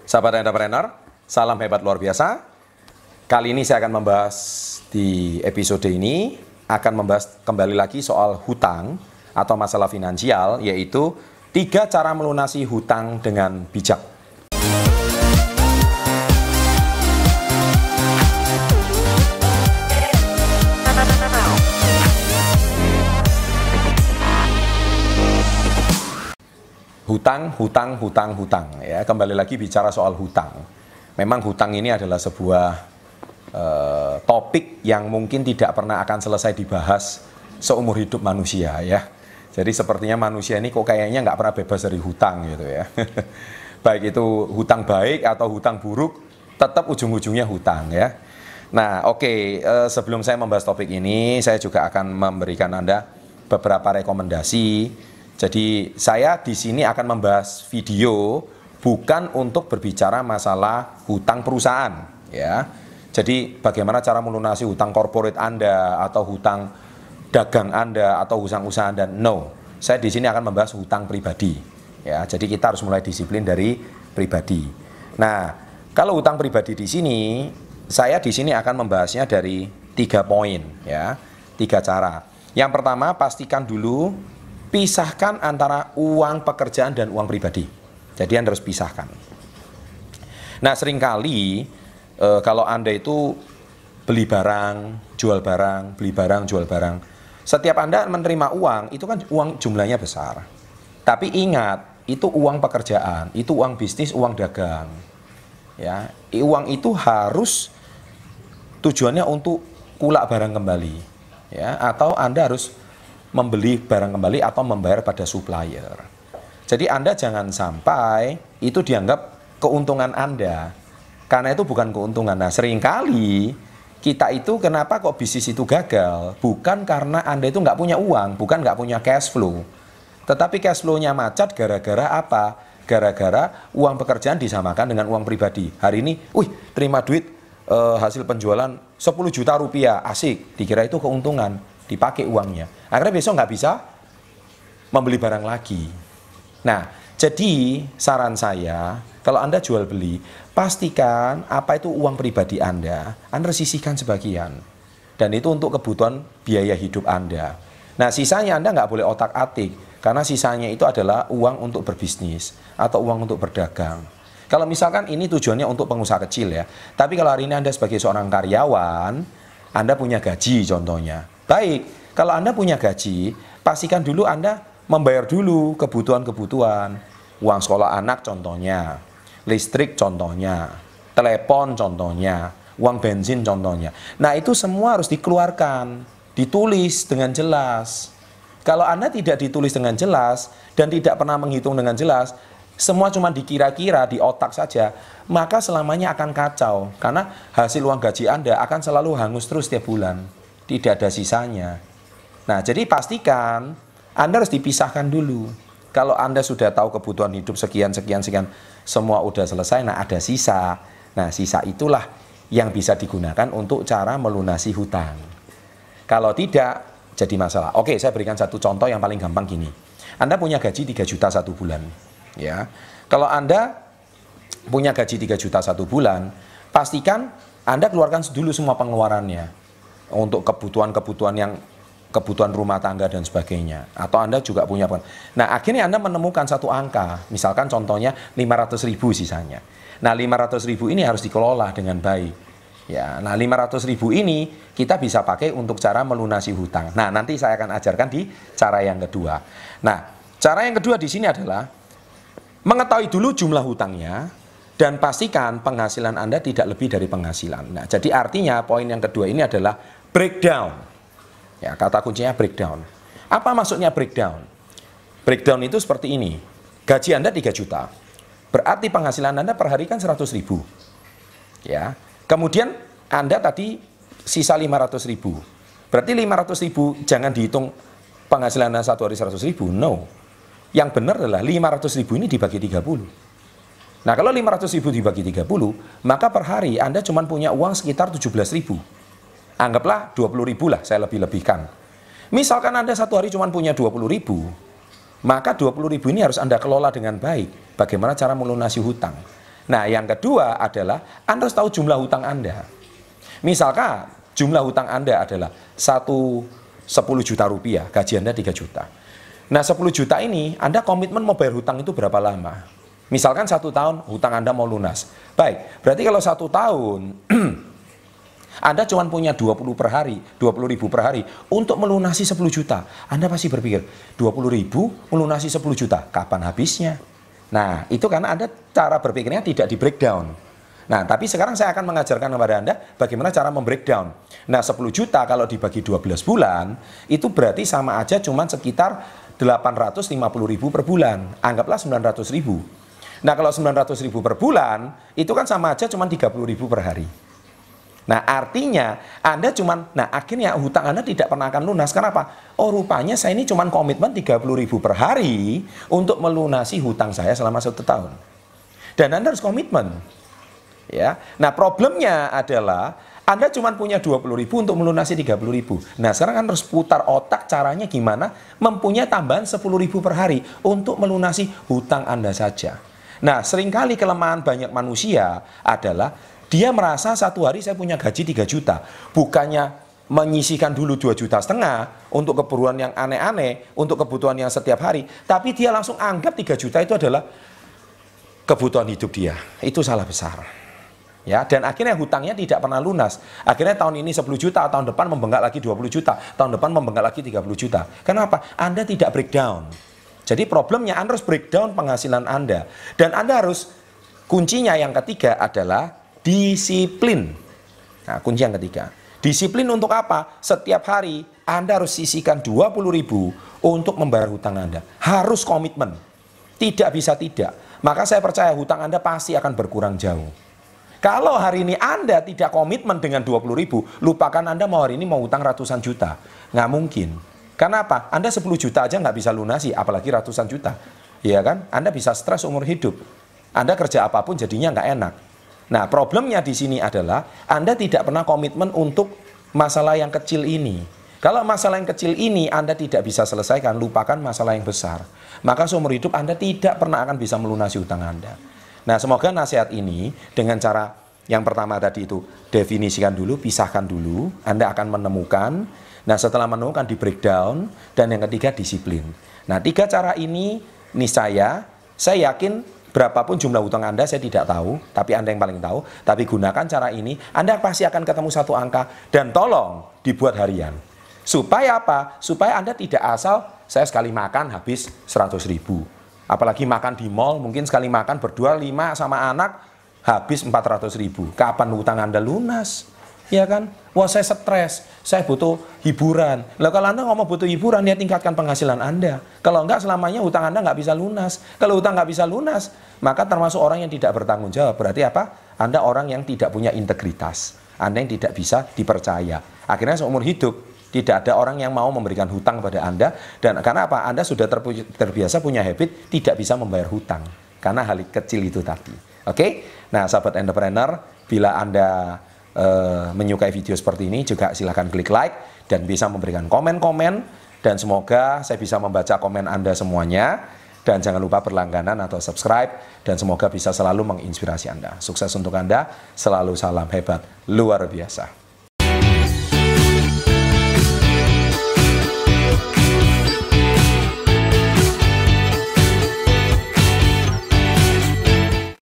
Sahabat entrepreneur, salam hebat luar biasa. Kali ini saya akan membahas di episode ini, akan membahas kembali lagi soal hutang atau masalah finansial, yaitu 3 cara melunasi hutang dengan bijak. Hutang ya, kembali lagi bicara soal hutang. Memang hutang ini adalah sebuah topik yang mungkin tidak pernah akan selesai dibahas seumur hidup manusia ya. Jadi sepertinya manusia ini kok kayaknya nggak pernah bebas dari hutang gitu ya. Baik itu hutang baik atau hutang buruk, tetap ujung-ujungnya hutang ya. Nah oke, sebelum saya membahas topik ini, saya juga akan memberikan Anda beberapa rekomendasi. Jadi saya di sini akan membahas video bukan untuk berbicara masalah hutang perusahaan ya. Jadi bagaimana cara melunasi hutang korporat Anda atau hutang dagang Anda atau hutang usaha Anda. No, saya di sini akan membahas hutang pribadi ya. Jadi kita harus mulai disiplin dari pribadi. Nah, kalau hutang pribadi di sini, saya di sini akan membahasnya dari 3 poin ya, 3 cara. Yang pertama, pastikan dulu pisahkan antara uang pekerjaan dan uang pribadi. Jadi Anda harus pisahkan. Nah seringkali kalau Anda itu beli barang, jual barang, beli barang, jual barang. Setiap Anda menerima uang, itu kan uang jumlahnya besar. Tapi ingat, itu uang pekerjaan, itu uang bisnis, uang dagang. Ya, uang itu harus tujuannya untuk kulak barang kembali. Ya, atau Anda harus membeli barang kembali atau membayar pada supplier. Jadi Anda jangan sampai itu dianggap keuntungan Anda, karena itu bukan keuntungan. Nah seringkali kita itu kenapa kok bisnis itu gagal, bukan karena Anda itu nggak punya uang, bukan nggak punya cash flow, tetapi cash flow-nya macet gara-gara apa? Gara-gara uang pekerjaan disamakan dengan uang pribadi. Hari ini, terima duit hasil penjualan 10 juta rupiah, asik, dikira itu keuntungan, dipakai uangnya. Akhirnya besok nggak bisa membeli barang lagi. Nah, jadi saran saya, kalau Anda jual beli, pastikan apa itu uang pribadi Anda harus sisihkan sebagian. Dan itu untuk kebutuhan biaya hidup Anda. Nah, sisanya Anda nggak boleh otak-atik, karena sisanya itu adalah uang untuk berbisnis atau uang untuk berdagang. Kalau misalkan ini tujuannya untuk pengusaha kecil ya, tapi kalau hari ini Anda sebagai seorang karyawan, Anda punya gaji contohnya. Baik, kalau Anda punya gaji, pastikan dulu Anda membayar dulu kebutuhan-kebutuhan. Uang sekolah anak contohnya, listrik contohnya, telepon contohnya, uang bensin contohnya. Nah itu semua harus dikeluarkan, ditulis dengan jelas. Kalau Anda tidak ditulis dengan jelas dan tidak pernah menghitung dengan jelas, semua cuma dikira-kira di otak saja, maka selamanya akan kacau. Karena hasil uang gaji Anda akan selalu hangus terus setiap bulan. Tidak ada sisanya. Nah, jadi pastikan Anda harus dipisahkan dulu. Kalau Anda sudah tahu kebutuhan hidup sekian, semua udah selesai, nah ada sisa. Nah, sisa itulah yang bisa digunakan untuk cara melunasi hutang. Kalau tidak, jadi masalah. Oke, saya berikan satu contoh yang paling gampang gini. Anda punya gaji 3 juta 1 bulan. Ya. Kalau Anda punya gaji 3 juta 1 bulan, pastikan Anda keluarkan dulu semua pengeluarannya. Untuk kebutuhan-kebutuhan yang kebutuhan rumah tangga dan sebagainya, atau Anda juga punya. Nah akhirnya Anda menemukan satu angka, misalkan contohnya 500.000 sisanya. Nah 500.000 ini harus dikelola dengan baik ya. Nah 500.000 ini kita bisa pakai untuk cara melunasi hutang. Nah nanti saya akan ajarkan di cara yang kedua. Nah cara yang kedua di sini adalah mengetahui dulu jumlah hutangnya dan pastikan penghasilan Anda tidak lebih dari penghasilan. Nah jadi artinya poin yang kedua ini adalah breakdown. Ya, kata kuncinya breakdown. Apa maksudnya breakdown? Breakdown itu seperti ini. Gaji Anda 3 juta. Berarti penghasilan Anda per hari kan 100.000. Ya. Kemudian Anda tadi sisa 500.000. Berarti 500.000 jangan dihitung penghasilan Anda satu hari 100.000. No. Yang benar adalah 500.000 ini dibagi 30. Nah, kalau 500.000 dibagi 30, maka per hari Anda cuma punya uang sekitar 17.000. Anggaplah 20.000 lah, saya lebih-lebihkan. Misalkan Anda satu hari cuma punya 20.000, maka 20.000 ini harus Anda kelola dengan baik. Bagaimana cara melunasi hutang? Nah, yang kedua adalah Anda harus tahu jumlah hutang Anda. Misalkan jumlah hutang Anda adalah 10 juta rupiah, gaji Anda 3 juta. Nah, 10 juta ini Anda komitmen mau bayar hutang itu berapa lama? Misalkan 1 tahun hutang Anda mau lunas. Baik, berarti kalau 1 tahun Anda cuma punya 20 per hari, 20 ribu per hari untuk melunasi 10 juta. Anda pasti berpikir, 20 ribu melunasi 10 juta, kapan habisnya? Nah, itu karena Anda cara berpikirnya tidak di breakdown. Nah, tapi sekarang saya akan mengajarkan kepada Anda bagaimana cara membreakdown. Nah, 10 juta kalau dibagi 12 bulan, itu berarti sama aja cuma sekitar 850 ribu per bulan. Anggaplah 900 ribu. Nah, kalau 900 ribu per bulan, itu kan sama aja cuma 30 ribu per hari. Nah, artinya Anda akhirnya hutang Anda tidak pernah akan lunas. Kenapa? Oh, rupanya saya ini cuma komitmen 30 ribu per hari untuk melunasi hutang saya selama 1 tahun. Dan Anda harus komitmen. Ya. Nah, problemnya adalah Anda cuma punya 20 ribu untuk melunasi 30 ribu. Nah, sekarang Anda harus putar otak caranya gimana mempunyai tambahan 10 ribu per hari untuk melunasi hutang Anda saja. Nah, seringkali kelemahan banyak manusia adalah dia merasa 1 hari saya punya gaji 3 juta. Bukannya menyisihkan dulu 2,5 juta untuk keperluan yang aneh-aneh, untuk kebutuhan yang setiap hari. Tapi dia langsung anggap 3 juta itu adalah kebutuhan hidup dia. Itu salah besar. Ya, dan akhirnya hutangnya tidak pernah lunas. Akhirnya tahun ini 10 juta, tahun depan membengkak lagi 20 juta, tahun depan membengkak lagi 30 juta. Kenapa? Anda tidak breakdown. Jadi problemnya Anda harus breakdown penghasilan Anda. Dan Anda harus, kuncinya yang ketiga adalah disiplin. Nah, kunci yang ketiga. Disiplin untuk apa? Setiap hari Anda harus sisihkan 20 ribu untuk membayar hutang Anda. Harus komitmen. Tidak bisa tidak. Maka saya percaya hutang Anda pasti akan berkurang jauh. Kalau hari ini Anda tidak komitmen dengan 20 ribu, lupakan Anda mau hari ini mau hutang ratusan juta. Nggak mungkin. Karena apa? Anda 10 juta aja nggak bisa lunasi, apalagi ratusan juta. Iya kan? Anda bisa stres umur hidup. Anda kerja apapun jadinya nggak enak. Nah, problemnya di sini adalah Anda tidak pernah komitmen untuk masalah yang kecil ini. Kalau masalah yang kecil ini Anda tidak bisa selesaikan, lupakan masalah yang besar. Maka seumur hidup Anda tidak pernah akan bisa melunasi hutang Anda. Nah, semoga nasihat ini dengan cara yang pertama tadi itu, definisikan dulu, pisahkan dulu, Anda akan menemukan. Nah, setelah menemukan di breakdown, dan yang ketiga disiplin. Nah, 3 cara ini saya yakin berapapun jumlah hutang Anda, saya tidak tahu, tapi Anda yang paling tahu. Tapi gunakan cara ini, Anda pasti akan ketemu 1 angka. Dan tolong dibuat harian. Supaya apa? Supaya Anda tidak asal, saya sekali makan habis 100 ribu. Apalagi makan di mall, mungkin sekali makan berdua 5 sama anak, habis 400 ribu. Kapan hutang Anda lunas? Ya kan? Wah, saya stres, saya butuh hiburan. Lah, kalau Anda ngomong butuh hiburan, ya tingkatkan penghasilan Anda. Kalau enggak, selamanya hutang Anda nggak bisa lunas. Kalau hutang nggak bisa lunas, maka termasuk orang yang tidak bertanggung jawab. Berarti apa? Anda orang yang tidak punya integritas. Anda yang tidak bisa dipercaya. Akhirnya seumur hidup, tidak ada orang yang mau memberikan hutang kepada Anda. Dan karena apa? Anda sudah terbiasa punya habit tidak bisa membayar hutang. Karena hal kecil itu tadi. Oke? Nah, sahabat entrepreneur, bila Anda menyukai video seperti ini, juga silahkan klik like dan bisa memberikan komen-komen, dan semoga saya bisa membaca komen Anda semuanya. Dan jangan lupa berlangganan atau subscribe, dan semoga bisa selalu menginspirasi Anda. Sukses untuk Anda, selalu salam hebat luar biasa.